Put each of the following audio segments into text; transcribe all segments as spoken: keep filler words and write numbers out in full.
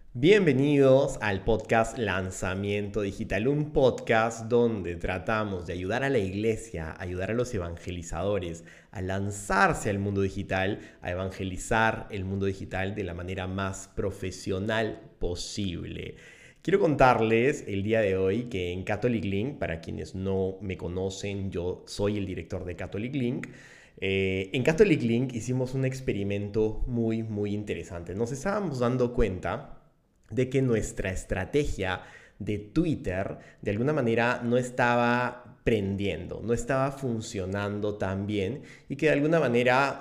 Bienvenidos al podcast Lanzamiento Digital, un podcast donde tratamos de ayudar a la iglesia, ayudar a los evangelizadores a lanzarse al mundo digital, a evangelizar el mundo digital de la manera más profesional posible. Quiero contarles el día de hoy que en Catholic Link, para quienes no me conocen, yo soy el director de Catholic Link. Eh, en Catholic Link hicimos un experimento muy, muy interesante. Nos estábamos dando cuenta de que nuestra estrategia de Twitter de alguna manera no estaba prendiendo, no estaba funcionando tan bien y que de alguna manera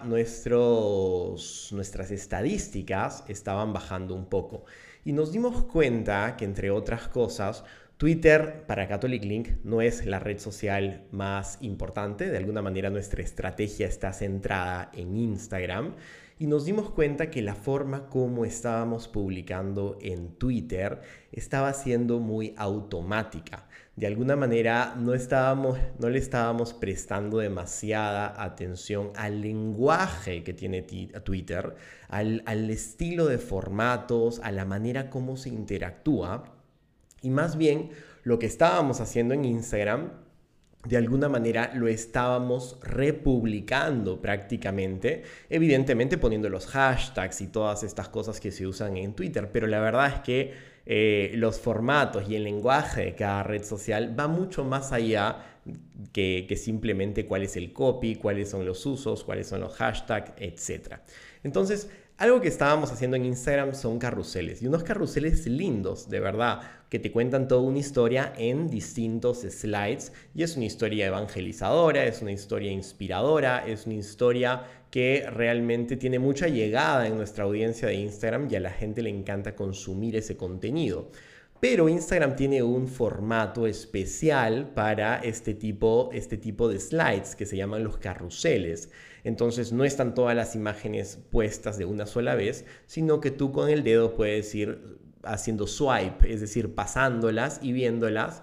nuestros, nuestras estadísticas estaban bajando un poco. Y nos dimos cuenta que, entre otras cosas, Twitter para Catholic Link no es la red social más importante. De alguna manera nuestra estrategia está centrada en Instagram. Y nos dimos cuenta que la forma como estábamos publicando en Twitter estaba siendo muy automática. De alguna manera no, estábamos, no le estábamos prestando demasiada atención al lenguaje que tiene Twitter, al, al estilo de formatos, a la manera como se interactúa. Y más bien lo que estábamos haciendo en Instagram, de alguna manera lo estábamos republicando prácticamente, evidentemente poniendo los hashtags y todas estas cosas que se usan en Twitter, pero la verdad es que eh, los formatos y el lenguaje de cada red social va mucho más allá que, que simplemente cuál es el copy, cuáles son los usos, cuáles son los hashtags, etcétera. Entonces, algo que estábamos haciendo en Instagram son carruseles, y unos carruseles lindos, de verdad, que te cuentan toda una historia en distintos slides, y es una historia evangelizadora, es una historia inspiradora, es una historia que realmente tiene mucha llegada en nuestra audiencia de Instagram y a la gente le encanta consumir ese contenido. Pero Instagram tiene un formato especial para este tipo, este tipo de slides que se llaman los carruseles. Entonces no están todas las imágenes puestas de una sola vez, sino que tú con el dedo puedes ir haciendo swipe, es decir, pasándolas y viéndolas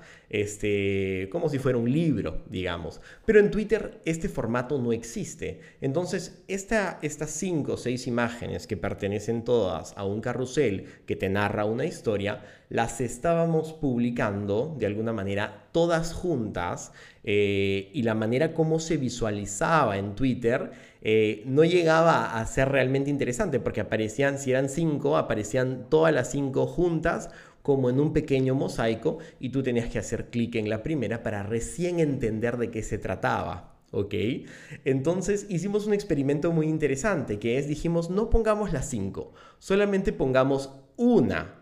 este, como si fuera un libro, digamos. Pero en Twitter este formato no existe. Entonces, esta, estas cinco o seis imágenes que pertenecen todas a un carrusel que te narra una historia, las estábamos publicando de alguna manera todas juntas, eh, y la manera como se visualizaba en Twitter eh, no llegaba a ser realmente interesante porque aparecían, si eran cinco, aparecían todas las cinco juntas como en un pequeño mosaico y tú tenías que hacer clic en la primera para recién entender de qué se trataba. ¿Ok? Entonces hicimos un experimento muy interesante que es, dijimos, no pongamos las cinco, solamente pongamos una.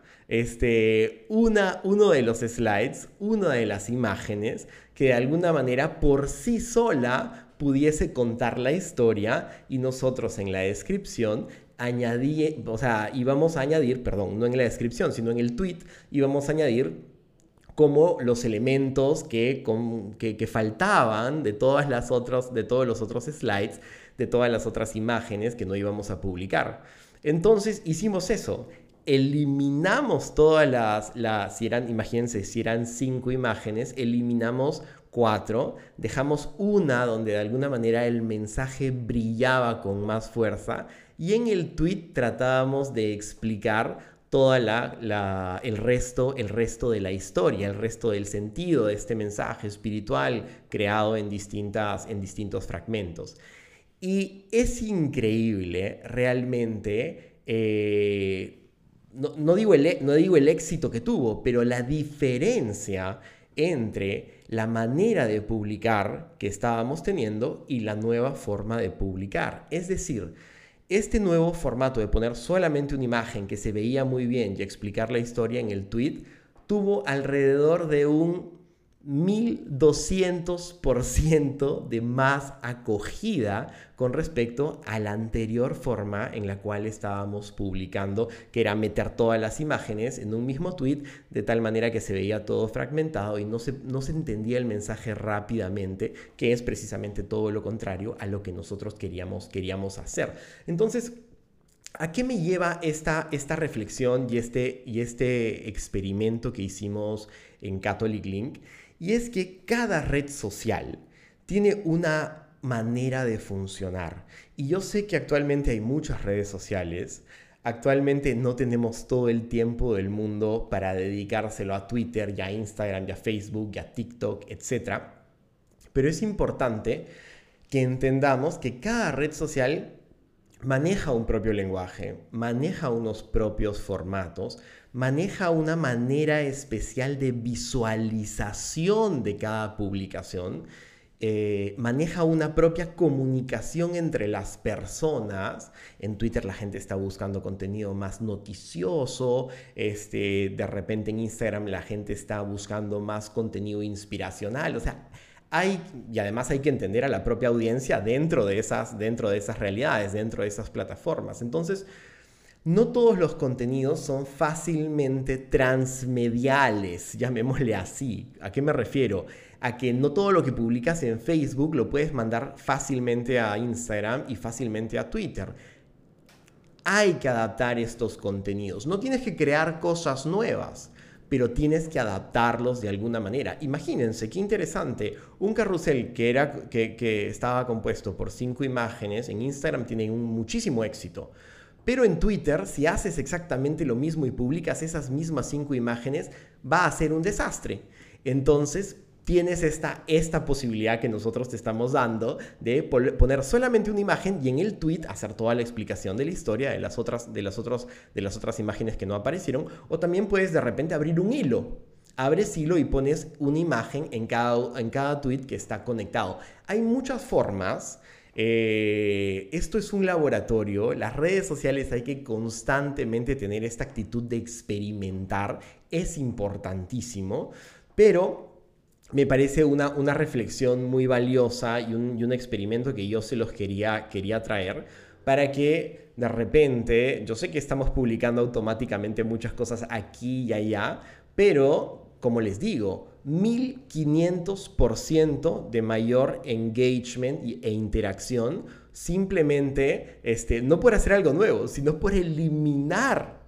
Este, una, uno de los slides, una de las imágenes que de alguna manera por sí sola pudiese contar la historia y nosotros en la descripción añadí, o sea, íbamos a añadir, perdón, no en la descripción, sino en el tweet, íbamos a añadir como los elementos que, con, que, que faltaban de, todas las otras, de todos los otros slides, de todas las otras imágenes que no íbamos a publicar. Entonces hicimos eso. Eliminamos todas las, las si eran, imagínense, si eran cinco imágenes, eliminamos cuatro, dejamos una donde de alguna manera el mensaje brillaba con más fuerza y en el tweet tratábamos de explicar toda la, la, el, resto, el resto de la historia, el resto del sentido de este mensaje espiritual creado en, distintas, en distintos fragmentos. Y es increíble realmente, eh, no, no, digo el, no digo el éxito que tuvo, pero la diferencia entre la manera de publicar que estábamos teniendo y la nueva forma de publicar. Es decir, este nuevo formato de poner solamente una imagen que se veía muy bien y explicar la historia en el tweet tuvo alrededor de un mil doscientos por ciento de más acogida con respecto a la anterior forma en la cual estábamos publicando, que era meter todas las imágenes en un mismo tweet de tal manera que se veía todo fragmentado y no se, no se entendía el mensaje rápidamente, que es precisamente todo lo contrario a lo que nosotros queríamos, queríamos hacer. Entonces, ¿a qué me lleva esta, esta reflexión y este, y este experimento que hicimos en Catholic Link? Y es que cada red social tiene una manera de funcionar. Y yo sé que actualmente hay muchas redes sociales, Actualmente no tenemos todo el tiempo del mundo para dedicárselo a Twitter, ya a Instagram, ya a Facebook, ya a TikTok, etcétera. Pero es importante que entendamos que cada red social maneja un propio lenguaje, maneja unos propios formatos, maneja una manera especial de visualización de cada publicación, eh, maneja una propia comunicación entre las personas. En Twitter la gente está buscando contenido más noticioso, este, de repente en Instagram la gente está buscando más contenido inspiracional, o sea, hay, y además hay que entender a la propia audiencia dentro de esas, dentro de esas realidades, dentro de esas plataformas. Entonces, no todos los contenidos son fácilmente transmediales, llamémosle así. ¿A qué me refiero? A que no todo lo que publicas en Facebook lo puedes mandar fácilmente a Instagram y fácilmente a Twitter. Hay que adaptar estos contenidos. No tienes que crear cosas nuevas, pero tienes que adaptarlos de alguna manera. Imagínense, qué interesante, un carrusel que, era, que, que estaba compuesto por cinco imágenes, en Instagram tiene un muchísimo éxito. Pero en Twitter, si haces exactamente lo mismo y publicas esas mismas cinco imágenes, va a ser un desastre. Entonces, tienes esta, esta posibilidad que nosotros te estamos dando de poner solamente una imagen y en el tweet hacer toda la explicación de la historia de las otras, de las otros, de las otras imágenes que no aparecieron. O también puedes de repente abrir un hilo. Abres hilo y pones una imagen en cada, en cada tweet que está conectado. Hay muchas formas. Eh, esto es un laboratorio. Las redes sociales hay que constantemente tener esta actitud de experimentar. Es importantísimo. Pero me parece una, una reflexión muy valiosa y un, y un experimento que yo se los quería, quería traer para que de repente, yo sé que estamos publicando automáticamente muchas cosas aquí y allá, pero como les digo, mil quinientos por ciento de mayor engagement e interacción simplemente este, no por hacer algo nuevo, sino por eliminar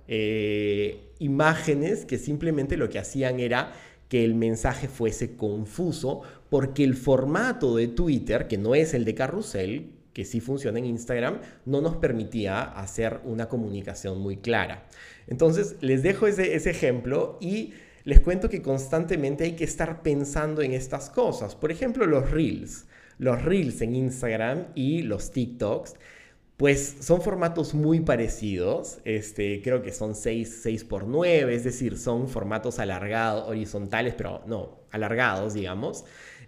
eh, imágenes que simplemente lo que hacían era que el mensaje fuese confuso, porque el formato de Twitter, que no es el de carrusel, que sí funciona en Instagram, no nos permitía hacer una comunicación muy clara. Entonces, les dejo ese, ese ejemplo y les cuento que constantemente hay que estar pensando en estas cosas. Por ejemplo, los Reels. Los Reels en Instagram y los TikToks, pues son formatos muy parecidos, este, creo que son seis por nueve, es decir, son formatos alargados, horizontales, pero no, alargados, digamos.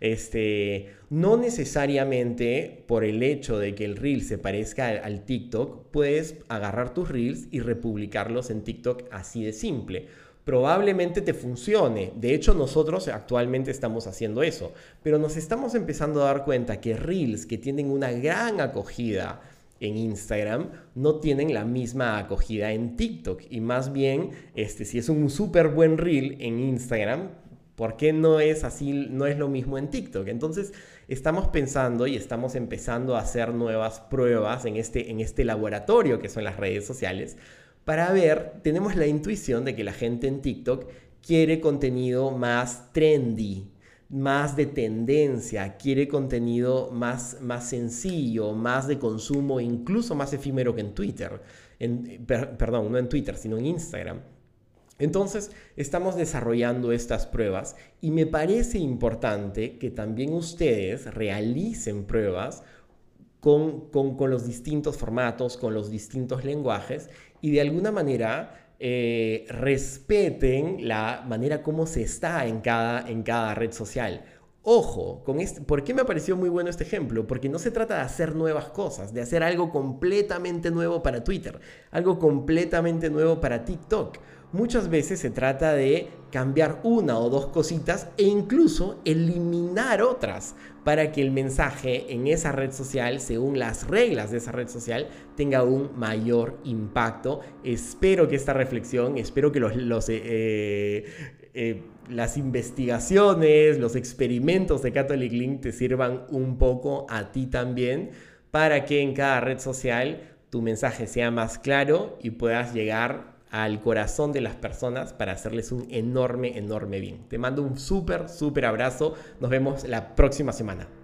Este, no necesariamente por el hecho de que el Reel se parezca al, al TikTok, puedes agarrar tus Reels y republicarlos en TikTok así de simple. Probablemente te funcione. De hecho, nosotros actualmente estamos haciendo eso. Pero nos estamos empezando a dar cuenta que Reels que tienen una gran acogida en Instagram no tienen la misma acogida en TikTok. Y más bien, este, si es un súper buen Reel en Instagram, ¿por qué no es así, no es lo mismo en TikTok? Entonces, estamos pensando y estamos empezando a hacer nuevas pruebas en este, en este laboratorio que son las redes sociales para ver, tenemos la intuición de que la gente en TikTok quiere contenido más trendy, más de tendencia, quiere contenido más, más sencillo, más de consumo, incluso más efímero que en Twitter. En, per, perdón, no en Twitter, sino en Instagram. Entonces, estamos desarrollando estas pruebas y me parece importante que también ustedes realicen pruebas con, con, con los distintos formatos, con los distintos lenguajes y de alguna manera eh, respeten la manera como se está en cada, en cada red social. Ojo, con este, ¿por qué me pareció muy bueno este ejemplo? Porque no se trata de hacer nuevas cosas, de hacer algo completamente nuevo para Twitter, algo completamente nuevo para TikTok. Muchas veces se trata de cambiar una o dos cositas e incluso eliminar otras para que el mensaje en esa red social, según las reglas de esa red social, tenga un mayor impacto. Espero que esta reflexión, espero que los, los, eh, eh, las investigaciones, los experimentos de Catholic Link te sirvan un poco a ti también para que en cada red social tu mensaje sea más claro y puedas llegar al corazón de las personas para hacerles un enorme, enorme bien. Te mando un súper, súper abrazo. Nos vemos la próxima semana.